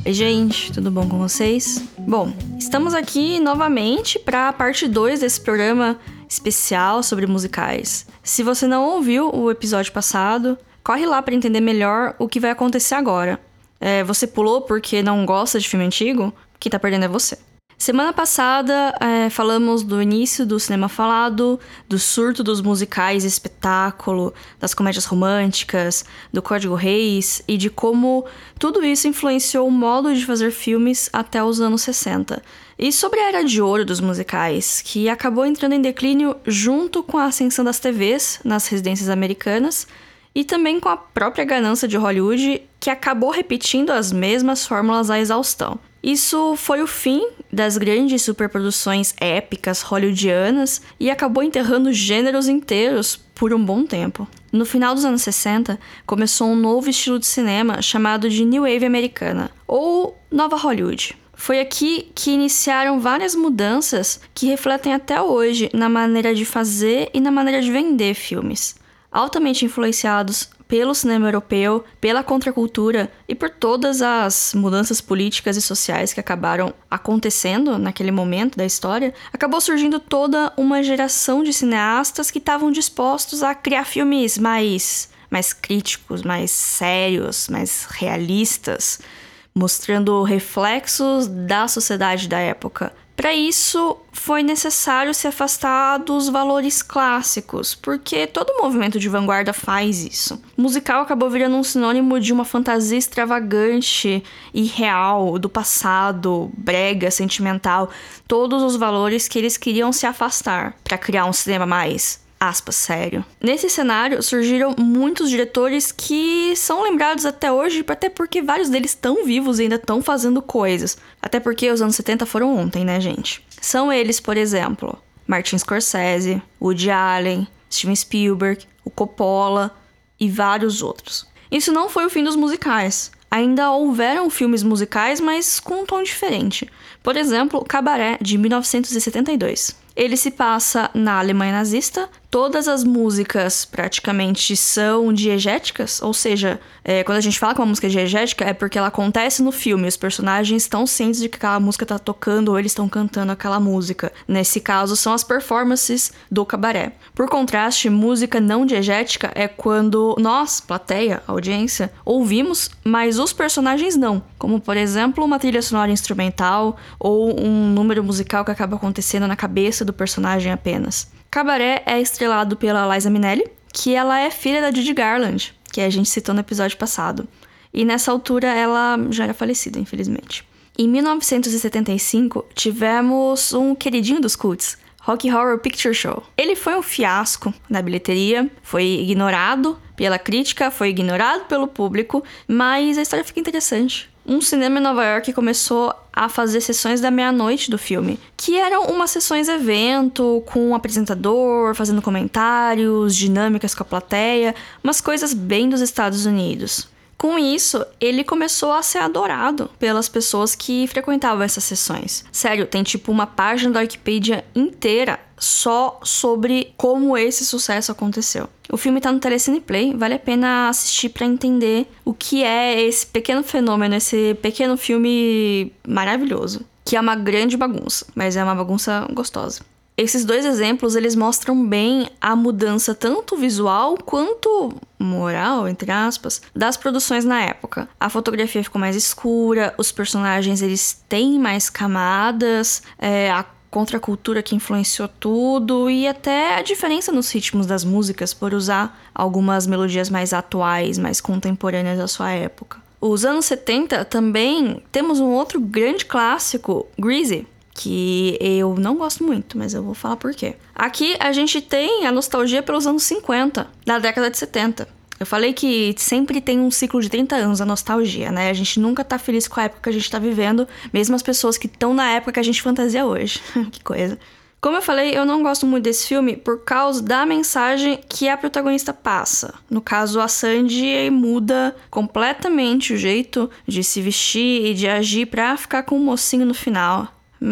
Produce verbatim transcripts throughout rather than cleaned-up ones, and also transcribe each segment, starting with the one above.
Oi gente, tudo bom com vocês? Bom, estamos aqui novamente para a parte dois desse programa especial sobre musicais. Se você não ouviu o episódio passado, corre lá para entender melhor o que vai acontecer agora. É, você pulou porque não gosta de filme antigo? Quem tá perdendo é você. Semana passada, é, falamos do início do cinema falado, do surto dos musicais e espetáculo, das comédias românticas, do Código Reis e de como tudo isso influenciou o modo de fazer filmes até os anos sessenta. E sobre a era de ouro dos musicais, que acabou entrando em declínio junto com a ascensão das T Vs nas residências americanas e também com a própria ganância de Hollywood, que acabou repetindo as mesmas fórmulas à exaustão. Isso foi o fim das grandes superproduções épicas hollywoodianas e acabou enterrando gêneros inteiros por um bom tempo. No final dos anos sessenta, começou um novo estilo de cinema chamado de New Wave americana, ou Nova Hollywood. Foi aqui que iniciaram várias mudanças que refletem até hoje na maneira de fazer e na maneira de vender filmes. Altamente influenciados pelo cinema europeu, pela contracultura e por todas as mudanças políticas e sociais que acabaram acontecendo naquele momento da história, acabou surgindo toda uma geração de cineastas que estavam dispostos a criar filmes mais, mais críticos, mais sérios, mais realistas, mostrando reflexos da sociedade da época. Para isso, foi necessário se afastar dos valores clássicos, porque todo movimento de vanguarda faz isso. O musical acabou virando um sinônimo de uma fantasia extravagante e real, do passado, brega, sentimental, todos os valores que eles queriam se afastar para criar um cinema mais, aspas, sério. Nesse cenário, surgiram muitos diretores que são lembrados até hoje, até porque vários deles estão vivos e ainda estão fazendo coisas. Até porque os anos setenta foram ontem, né, gente? São eles, por exemplo, Martin Scorsese, Woody Allen, Steven Spielberg, o Coppola e vários outros. Isso não foi o fim dos musicais. Ainda houveram filmes musicais, mas com um tom diferente. Por exemplo, Cabaré, de mil novecentos e setenta e dois. Ele se passa na Alemanha nazista. Todas as músicas praticamente são diegéticas, ou seja, é, quando a gente fala que uma música é diegética é porque ela acontece no filme, os personagens estão cientes de que aquela música está tocando ou eles estão cantando aquela música. Nesse caso, são as performances do cabaré. Por contraste, música não diegética é quando nós, plateia, audiência, ouvimos, mas os personagens não, como por exemplo uma trilha sonora instrumental ou um número musical que acaba acontecendo na cabeça do personagem apenas. Cabaré é estrelado pela Liza Minnelli, que ela é filha da Judy Garland, que a gente citou no episódio passado. E nessa altura ela já era falecida, infelizmente. Em mil novecentos e setenta e cinco, tivemos um queridinho dos cults, Rocky Horror Picture Show. Ele foi um fiasco na bilheteria, foi ignorado pela crítica, foi ignorado pelo público, mas a história fica interessante. Um cinema em Nova York começou a fazer sessões da meia-noite do filme, que eram umas sessões evento, com um apresentador, fazendo comentários, dinâmicas com a plateia, umas coisas bem dos Estados Unidos. Com isso, ele começou a ser adorado pelas pessoas que frequentavam essas sessões. Sério, tem tipo uma página da Wikipedia inteira só sobre como esse sucesso aconteceu. O filme tá no Telecine Play, vale a pena assistir pra entender o que é esse pequeno fenômeno, esse pequeno filme maravilhoso, que é uma grande bagunça, mas é uma bagunça gostosa. Esses dois exemplos, eles mostram bem a mudança tanto visual quanto moral, entre aspas, das produções na época. A fotografia ficou mais escura, os personagens eles têm mais camadas, é, a contracultura que influenciou tudo e até a diferença nos ritmos das músicas por usar algumas melodias mais atuais, mais contemporâneas da sua época. Os anos setenta também temos um outro grande clássico, Grease, que eu não gosto muito, mas eu vou falar por quê. Aqui a gente tem a nostalgia pelos anos cinquenta, da década de setenta. Eu falei que sempre tem um ciclo de trinta anos a nostalgia, né? A gente nunca tá feliz com a época que a gente tá vivendo, mesmo as pessoas que estão na época que a gente fantasia hoje. Que coisa. Como eu falei, eu não gosto muito desse filme por causa da mensagem que a protagonista passa. No caso, a Sandy muda completamente o jeito de se vestir e de agir pra ficar com o mocinho no final.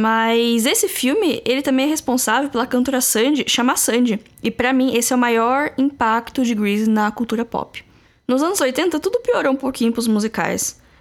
Mas esse filme, ele também é responsável pela cantora Sandy chamar Sandy. E pra mim, esse é o maior impacto de Grease na cultura pop. Nos anos oitenta, tudo piorou um pouquinho pros musicais.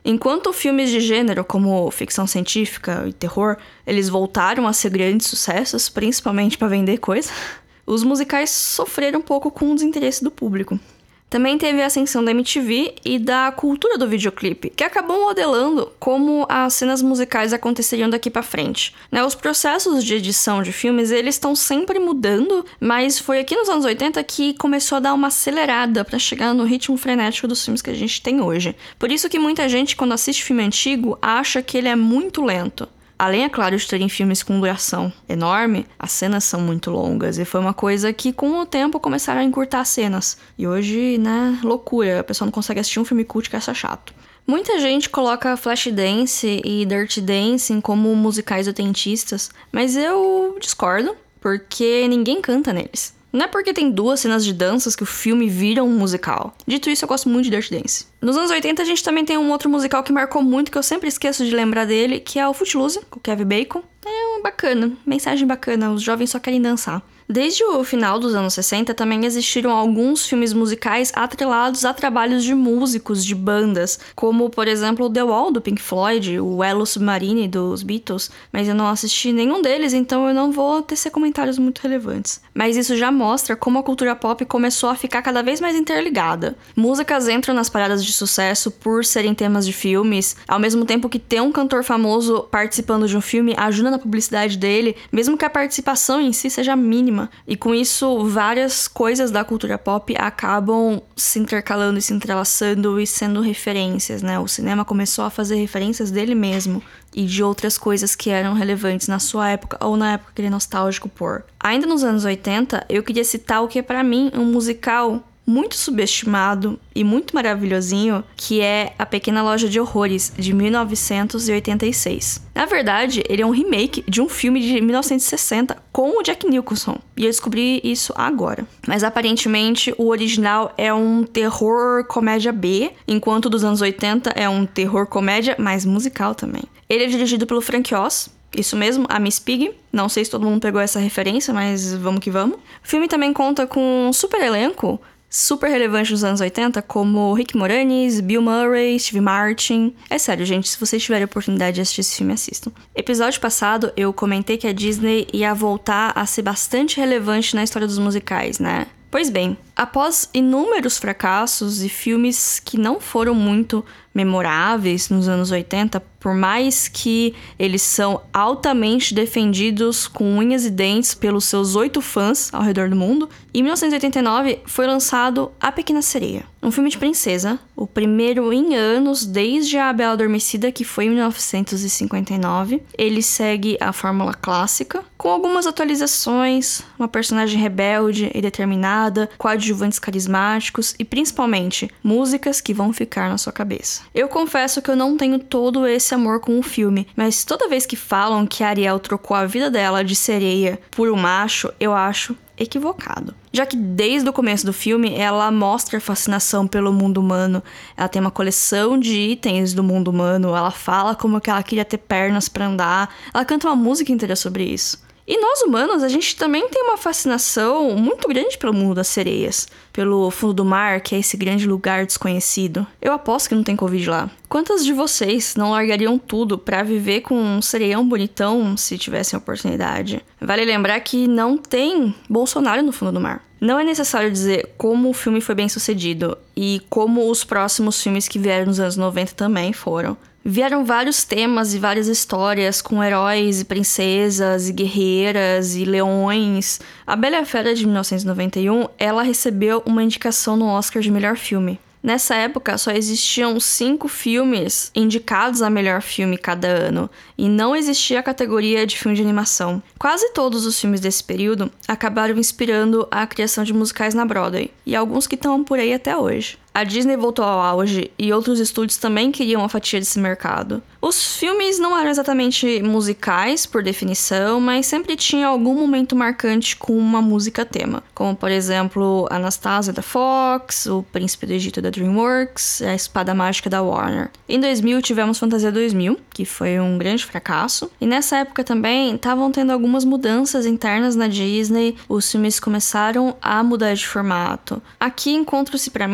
Enquanto filmes de gênero, como ficção científica e terror, eles voltaram a ser grandes sucessos, principalmente para vender coisa, os musicais sofreram um pouco com o desinteresse do público. Também teve a ascensão da M T V e da cultura do videoclipe, que acabou modelando como as cenas musicais aconteceriam daqui pra frente. Né, os processos de edição de filmes, eles estão sempre mudando, mas foi aqui nos anos oitenta que começou a dar uma acelerada pra chegar no ritmo frenético dos filmes que a gente tem hoje. Por isso que muita gente, quando assiste filme antigo, acha que ele é muito lento. Além, é claro, de terem filmes com duração enorme, as cenas são muito longas. E foi uma coisa que, com o tempo, começaram a encurtar as cenas. E hoje, né, loucura. A pessoa não consegue assistir um filme cult que acha chato. Muita gente coloca Flashdance e Dirty Dancing como musicais autentistas, mas eu discordo, porque ninguém canta neles. Não é porque tem duas cenas de danças que o filme vira um musical. Dito isso, eu gosto muito de Dirty Dance. Nos anos oitenta, a gente também tem um outro musical que marcou muito, que eu sempre esqueço de lembrar dele, que é o Footloose, com o Kevin Bacon. É bacana, mensagem bacana, os jovens só querem dançar. Desde o final dos anos sessenta, também existiram alguns filmes musicais atrelados a trabalhos de músicos, de bandas, como, por exemplo, The Wall, do Pink Floyd, o Elo Submarine, dos Beatles, mas eu não assisti nenhum deles, então eu não vou tecer comentários muito relevantes. Mas isso já mostra como a cultura pop começou a ficar cada vez mais interligada. Músicas entram nas paradas de sucesso por serem temas de filmes, ao mesmo tempo que ter um cantor famoso participando de um filme ajuda na publicidade dele, mesmo que a participação em si seja mínima. E com isso, várias coisas da cultura pop acabam se intercalando e se entrelaçando e sendo referências, né? O cinema começou a fazer referências dele mesmo e de outras coisas que eram relevantes na sua época ou na época que ele é nostálgico por. Ainda nos anos oitenta, eu queria citar o que é pra mim um musical muito subestimado e muito maravilhosinho, que é A Pequena Loja de Horrores, de mil novecentos e oitenta e seis. Na verdade, ele é um remake de um filme de mil novecentos e sessenta com o Jack Nicholson, e eu descobri isso agora. Mas aparentemente o original é um terror comédia B, enquanto o dos anos oitenta é um terror comédia, mas musical também. Ele é dirigido pelo Frank Oz. Isso mesmo, a Miss Piggy. Não sei se todo mundo pegou essa referência, mas vamos que vamos. O filme também conta com um super elenco, super relevante nos anos oitenta, como Rick Moranis, Bill Murray, Steve Martin. É sério, gente, se vocês tiverem a oportunidade de assistir esse filme, assistam. Episódio passado, eu comentei que a Disney ia voltar a ser bastante relevante na história dos musicais, né? Pois bem, após inúmeros fracassos e filmes que não foram muito memoráveis nos anos oitenta, por mais que eles são altamente defendidos com unhas e dentes pelos seus oito fãs ao redor do mundo, em mil novecentos e oitenta e nove foi lançado A Pequena Sereia, um filme de princesa, o primeiro em anos desde A Bela Adormecida, que foi em mil novecentos e cinquenta e nove. Ele segue a fórmula clássica, com algumas atualizações, uma personagem rebelde e determinada, coadjuvantes carismáticos e, principalmente, músicas que vão ficar na sua cabeça. Eu confesso que eu não tenho todo esse amor com o filme, mas toda vez que falam que a Ariel trocou a vida dela de sereia por um macho, eu acho equivocado. Já que desde o começo do filme ela mostra fascinação pelo mundo humano, ela tem uma coleção de itens do mundo humano, ela fala como que ela queria ter pernas pra andar, ela canta uma música inteira sobre isso. E nós humanos, a gente também tem uma fascinação muito grande pelo mundo das sereias, pelo fundo do mar, que é esse grande lugar desconhecido. Eu aposto que não tem Covid lá. Quantas de vocês não largariam tudo pra viver com um sereião bonitão se tivessem oportunidade? Vale lembrar que não tem Bolsonaro no fundo do mar. Não é necessário dizer como o filme foi bem sucedido e como os próximos filmes que vieram nos anos noventa também foram. Vieram vários temas e várias histórias com heróis e princesas e guerreiras e leões. A Bela e a Fera de mil novecentos e noventa e um, ela recebeu uma indicação no Oscar de melhor filme. Nessa época, só existiam cinco filmes indicados a melhor filme cada ano, e não existia a categoria de filme de animação. Quase todos os filmes desse período acabaram inspirando a criação de musicais na Broadway, e alguns que estão por aí até hoje. A Disney voltou ao auge e outros estúdios também queriam uma fatia desse mercado. Os filmes não eram exatamente musicais, por definição, mas sempre tinha algum momento marcante com uma música tema. Como, por exemplo, Anastasia da Fox, O Príncipe do Egito da DreamWorks, A Espada Mágica da Warner. Em dois mil tivemos Fantasia dois mil, que foi um grande fracasso. E nessa época também estavam tendo algumas mudanças internas na Disney, os filmes começaram a mudar de formato. Aqui encontram-se pra mim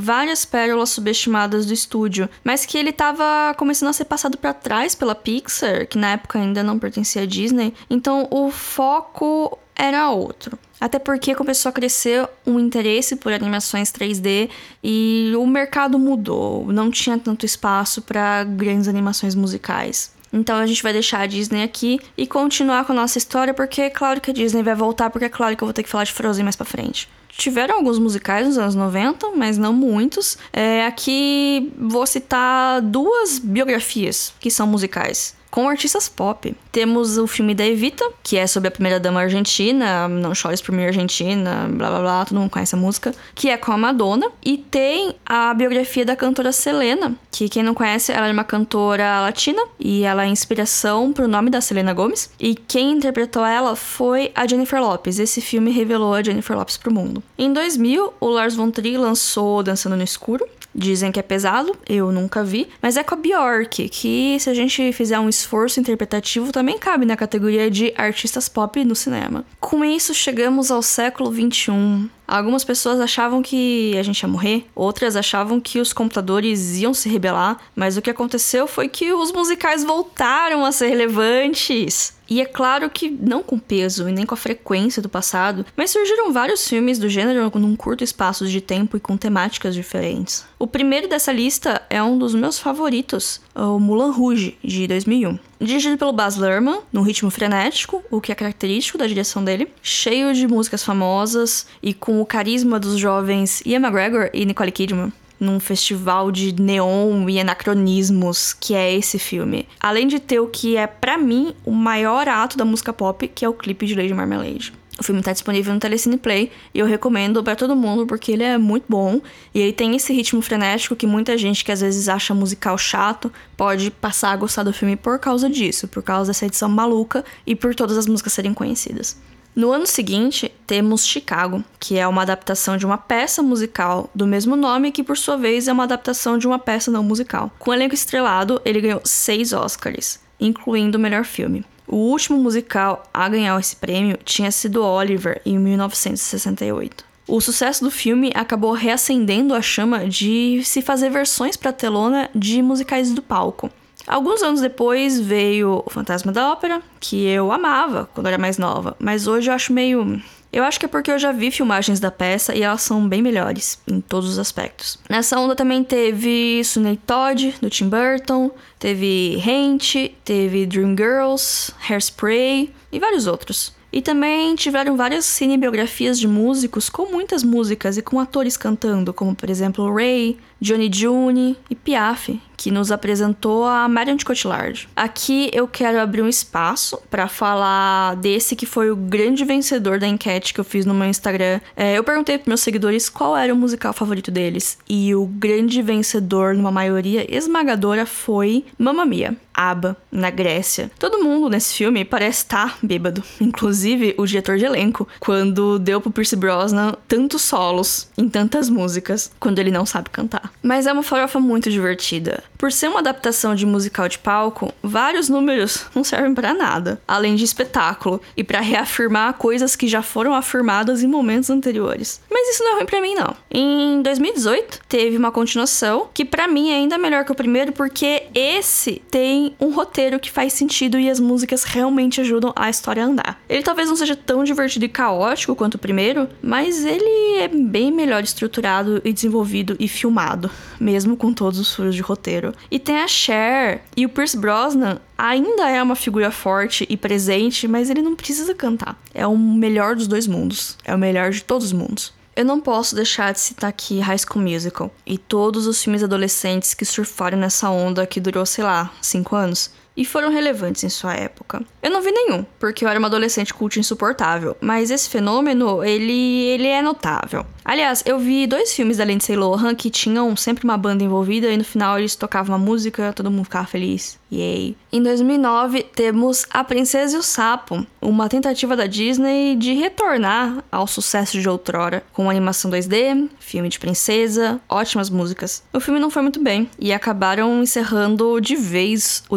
várias pérolas subestimadas do estúdio, mas que ele tava começando a ser passado pra trás pela Pixar, que na época ainda não pertencia à Disney, então o foco era outro. Até porque começou a crescer um interesse por animações três D e o mercado mudou, não tinha tanto espaço para grandes animações musicais. Então a gente vai deixar a Disney aqui e continuar com a nossa história, porque é claro que a Disney vai voltar, porque é claro que eu vou ter que falar de Frozen mais pra frente. Tiveram alguns musicais nos anos noventa, mas não muitos. É, aqui vou citar duas biografias que são musicais, com artistas pop. Temos o filme da Evita, que é sobre a primeira-dama argentina, Não Chores por Mim Argentina, blá blá blá, todo mundo conhece a música, que é com a Madonna. E tem a biografia da cantora Selena, que quem não conhece, ela é uma cantora latina, e ela é inspiração pro nome da Selena Gomez. E quem interpretou ela foi a Jennifer Lopez. Esse filme revelou a Jennifer Lopez pro mundo. Em dois mil, o Lars von Trier lançou Dançando no Escuro. Dizem que é pesado, eu nunca vi, mas é com a Björk, que se a gente fizer um esforço interpretativo também cabe na categoria de artistas pop no cinema. Com isso, chegamos ao século vinte e um. Algumas pessoas achavam que a gente ia morrer, outras achavam que os computadores iam se rebelar, mas o que aconteceu foi que os musicais voltaram a ser relevantes. E é claro que não com peso e nem com a frequência do passado, mas surgiram vários filmes do gênero num curto espaço de tempo e com temáticas diferentes. O primeiro dessa lista é um dos meus favoritos, o Moulin Rouge, de dois mil e um. Dirigido pelo Baz Luhrmann, num ritmo frenético, o que é característico da direção dele, cheio de músicas famosas e com o carisma dos jovens Ian McGregor e Nicole Kidman, num festival de neon e anacronismos que é esse filme. Além de ter o que é, pra mim, o maior ato da música pop, que é o clipe de Lady Marmalade. O filme tá disponível no Telecine Play e eu recomendo pra todo mundo porque ele é muito bom. E ele tem esse ritmo frenético que muita gente que às vezes acha musical chato pode passar a gostar do filme por causa disso, por causa dessa edição maluca e por todas as músicas serem conhecidas. No ano seguinte, temos Chicago, que é uma adaptação de uma peça musical do mesmo nome, que por sua vez é uma adaptação de uma peça não musical. Com o elenco estrelado, ele ganhou seis Oscars, incluindo o melhor filme. O último musical a ganhar esse prêmio tinha sido Oliver, em mil novecentos e sessenta e oito. O sucesso do filme acabou reacendendo a chama de se fazer versões para telona de musicais do palco. Alguns anos depois veio O Fantasma da Ópera, que eu amava quando era mais nova, mas hoje eu acho meio... Eu acho que é porque eu já vi filmagens da peça e elas são bem melhores, em todos os aspectos. Nessa onda também teve Sweeney Todd, do Tim Burton, teve Rent, teve Dreamgirls, Hairspray e vários outros. E também tiveram várias cinebiografias de músicos com muitas músicas e com atores cantando, como por exemplo Ray, Johnny June e Piaf, que nos apresentou a Marion Cotillard. Aqui eu quero abrir um espaço para falar desse que foi o grande vencedor da enquete que eu fiz no meu Instagram. É, eu perguntei para meus seguidores qual era o musical favorito deles, e o grande vencedor, numa maioria esmagadora, foi Mamma Mia, ABBA, na Grécia. Todo mundo nesse filme parece estar bêbado, inclusive o diretor de elenco, quando deu pro Pierce Brosnan tantos solos em tantas músicas, quando ele não sabe cantar. Mas é uma farofa muito divertida. Por ser uma adaptação de musical de palco, vários números não servem pra nada, além de espetáculo e pra reafirmar coisas que já foram afirmadas em momentos anteriores. Mas isso não é ruim pra mim, não. Em dois mil e dezoito, teve uma continuação que pra mim é ainda melhor que o primeiro, porque esse tem um roteiro que faz sentido e as músicas realmente ajudam a história a andar. Ele talvez não seja tão divertido e caótico quanto o primeiro, mas ele é bem melhor estruturado e desenvolvido e filmado, mesmo com todos os furos de roteiro. E tem a Cher, e o Pierce Brosnan ainda é uma figura forte e presente, mas ele não precisa cantar. É o melhor dos dois mundos, é o melhor de todos os mundos. Eu não posso deixar de citar aqui High School Musical e todos os filmes adolescentes que surfaram nessa onda que durou, sei lá, cinco anos. E foram relevantes em sua época. Eu não vi nenhum, porque eu era uma adolescente cult insuportável, mas esse fenômeno, ele, ele é notável. Aliás, eu vi dois filmes da Lindsay Lohan que tinham sempre uma banda envolvida e no final eles tocavam uma música, todo mundo ficava feliz. Yay! Em dois mil e nove, temos A Princesa e o Sapo, uma tentativa da Disney de retornar ao sucesso de outrora, com animação dois D, filme de princesa, ótimas músicas. O filme não foi muito bem, e acabaram encerrando de vez o departamento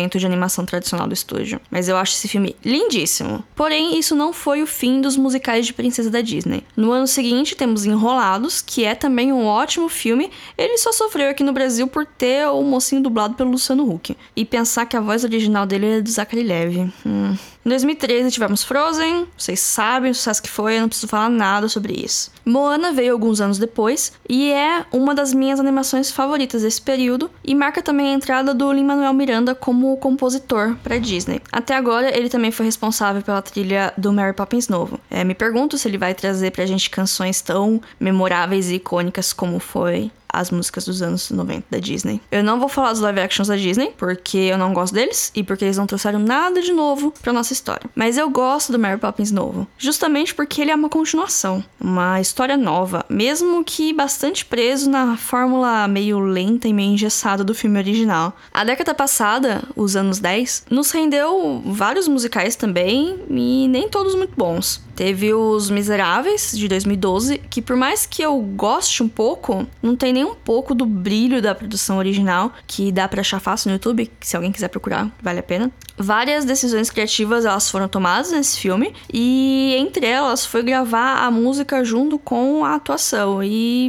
desenvolvimento de animação tradicional do estúdio. Mas eu acho esse filme lindíssimo. Porém, isso não foi o fim dos musicais de princesa da Disney. No ano seguinte, temos Enrolados, que é também um ótimo filme. Ele só sofreu aqui no Brasil por ter o mocinho dublado pelo Luciano Huck. E pensar que a voz original dele é do Zachary Levi. Hum. Em dois mil e treze tivemos Frozen, vocês sabem o sucesso que foi, eu não preciso falar nada sobre isso. Moana veio alguns anos depois e é uma das minhas animações favoritas desse período e marca também a entrada do Lin-Manuel Miranda como compositor para Disney. Até agora ele também foi responsável pela trilha do Mary Poppins novo. É, me pergunto se ele vai trazer pra gente canções tão memoráveis e icônicas como foi as músicas dos anos noventa da Disney. Eu não vou falar dos live actions da Disney, porque eu não gosto deles e porque eles não trouxeram nada de novo pra nossa história. Mas eu gosto do Mary Poppins novo, justamente porque ele é uma continuação, uma história nova, mesmo que bastante preso na fórmula meio lenta e meio engessada do filme original. A década passada, os anos dez, nos rendeu vários musicais também, e nem todos muito bons. Teve Os Miseráveis, de dois mil e doze, que por mais que eu goste um pouco, não tem nem um pouco do brilho da produção original, que dá pra achar fácil no YouTube, se alguém quiser procurar, vale a pena. Várias decisões criativas elas foram tomadas nesse filme, e entre elas foi gravar a música junto com a atuação, e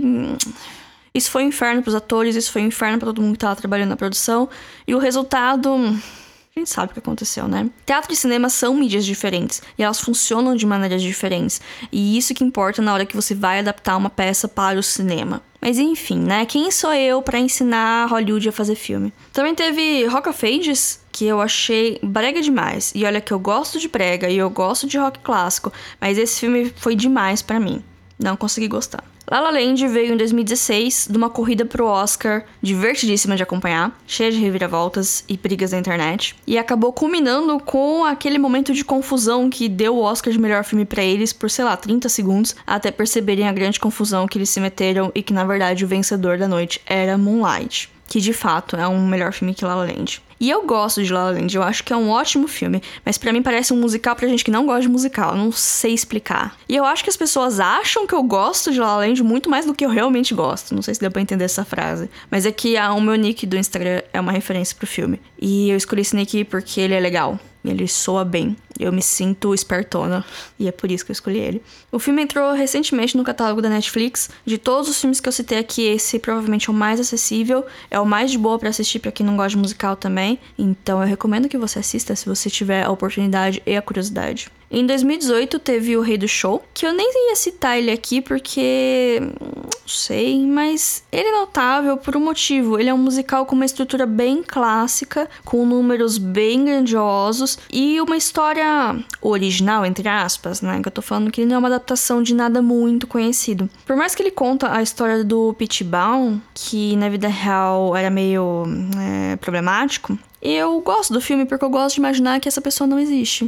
isso foi um inferno pros atores, isso foi um inferno pra todo mundo que tava trabalhando na produção, e o resultado... A gente sabe o que aconteceu, né? Teatro e cinema são mídias diferentes e elas funcionam de maneiras diferentes. E isso que importa na hora que você vai adaptar uma peça para o cinema. Mas enfim, né? Quem sou eu pra ensinar Hollywood a fazer filme? Também teve Rock of Ages, que eu achei brega demais. E olha que eu gosto de brega e eu gosto de rock clássico, mas esse filme foi demais pra mim. Não consegui gostar. La La Land veio em dois mil e dezesseis de uma corrida pro Oscar divertidíssima de acompanhar, cheia de reviravoltas e brigas na internet, e acabou culminando com aquele momento de confusão que deu o Oscar de melhor filme pra eles por, sei lá, trinta segundos, até perceberem a grande confusão que eles se meteram e que, na verdade, o vencedor da noite era Moonlight, que de fato é um melhor filme que La La Land. E eu gosto de La La Land, eu acho que é um ótimo filme, mas pra mim parece um musical pra gente que não gosta de musical, eu não sei explicar. E eu acho que as pessoas acham que eu gosto de La La Land muito mais do que eu realmente gosto, não sei se deu pra entender essa frase. Mas é que ah, o meu nick do Instagram é uma referência pro filme. E eu escolhi esse nick porque ele é legal. Ele soa bem. Eu me sinto espertona. E é por isso que eu escolhi ele. O filme entrou recentemente no catálogo da Netflix. De todos os filmes que eu citei aqui, esse provavelmente é o mais acessível. É o mais de boa pra assistir pra quem não gosta de musical também. Então eu recomendo que você assista se você tiver a oportunidade e a curiosidade. Em dois mil e dezoito teve O Rei do Show, que eu nem ia citar ele aqui porque... não sei, mas ele é notável por um motivo. Ele é um musical com uma estrutura bem clássica, com números bem grandiosos e uma história original, entre aspas, né? Que eu tô falando que ele não é uma adaptação de nada muito conhecido. Por mais que ele conta a história do Pitch Baum, que na vida real era meio é, problemático, eu gosto do filme porque eu gosto de imaginar que essa pessoa não existe.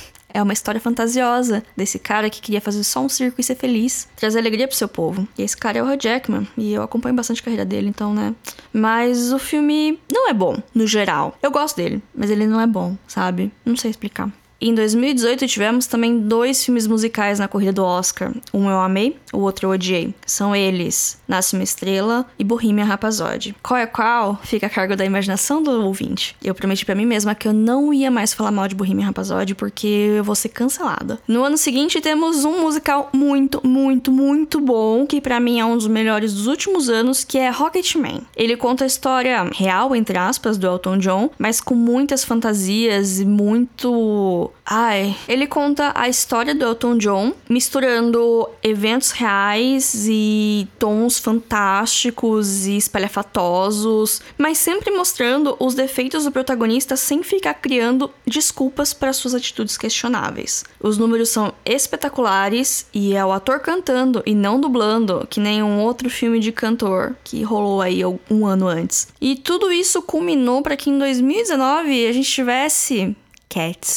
É uma história fantasiosa desse cara que queria fazer só um circo e ser feliz, trazer alegria pro seu povo. E esse cara é o Hugh Jackman, e eu acompanho bastante a carreira dele, então, né? Mas o filme não é bom, no geral. Eu gosto dele, mas ele não é bom, sabe? Não sei explicar. Em dois mil e dezoito tivemos também dois filmes musicais na corrida do Oscar. Um eu amei, o outro eu odiei. São eles Nasce uma Estrela e Bohemian Rhapsody. Qual é qual? Fica a cargo da imaginação do ouvinte. Eu prometi pra mim mesma que eu não ia mais falar mal de Bohemian Rhapsody porque eu vou ser cancelada. No ano seguinte temos um musical muito, muito, muito bom, que pra mim é um dos melhores dos últimos anos, que é Rocketman. Ele conta a história real, entre aspas, do Elton John, mas com muitas fantasias e muito... Ai, ele conta a história do Elton John, misturando eventos reais e tons fantásticos e espalhafatosos, mas sempre mostrando os defeitos do protagonista sem ficar criando desculpas para suas atitudes questionáveis. Os números são espetaculares e é o ator cantando e não dublando, que nem um outro filme de cantor que rolou aí um ano antes. E tudo isso culminou para que em dois mil e dezenove a gente tivesse Cats.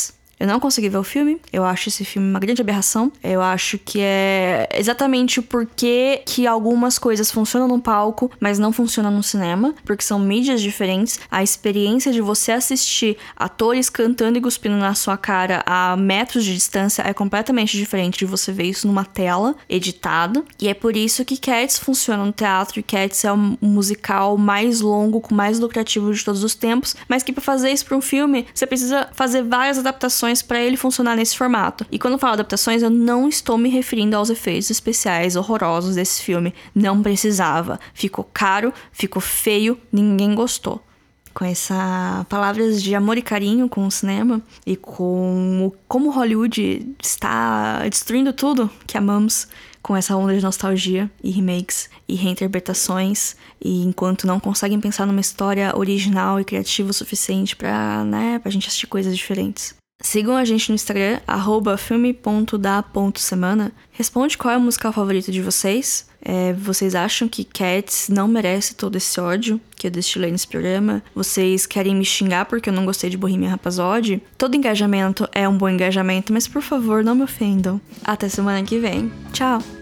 Eu não consegui ver o filme, eu acho esse filme uma grande aberração. Eu acho que é exatamente o porquê que algumas coisas funcionam no palco, mas não funcionam no cinema, porque são mídias diferentes. A experiência de você assistir atores cantando e cuspindo na sua cara a metros de distância é completamente diferente de você ver isso numa tela editada. E é por isso que Cats funciona no teatro, e Cats é o musical mais longo, com mais lucrativo de todos os tempos, mas que para fazer isso para um filme, você precisa fazer várias adaptações para ele funcionar nesse formato. E quando eu falo adaptações, eu não estou me referindo aos efeitos especiais horrorosos desse filme. Não precisava. Ficou caro, ficou feio, ninguém gostou. Com essa palavras de amor e carinho com o cinema e com o, como Hollywood está destruindo tudo que amamos, com essa onda de nostalgia e remakes e reinterpretações, e enquanto não conseguem pensar numa história original e criativa o suficiente pra, né, pra gente assistir coisas diferentes. Sigam a gente no Instagram, arroba filme ponto da ponto semana. Responde qual é o musical favorito de vocês. É, vocês acham que Cats não merece todo esse ódio que eu destilei nesse programa? Vocês querem me xingar porque eu não gostei de Bohemian Rhapsody? Todo engajamento é um bom engajamento, mas por favor, não me ofendam. Até semana que vem. Tchau!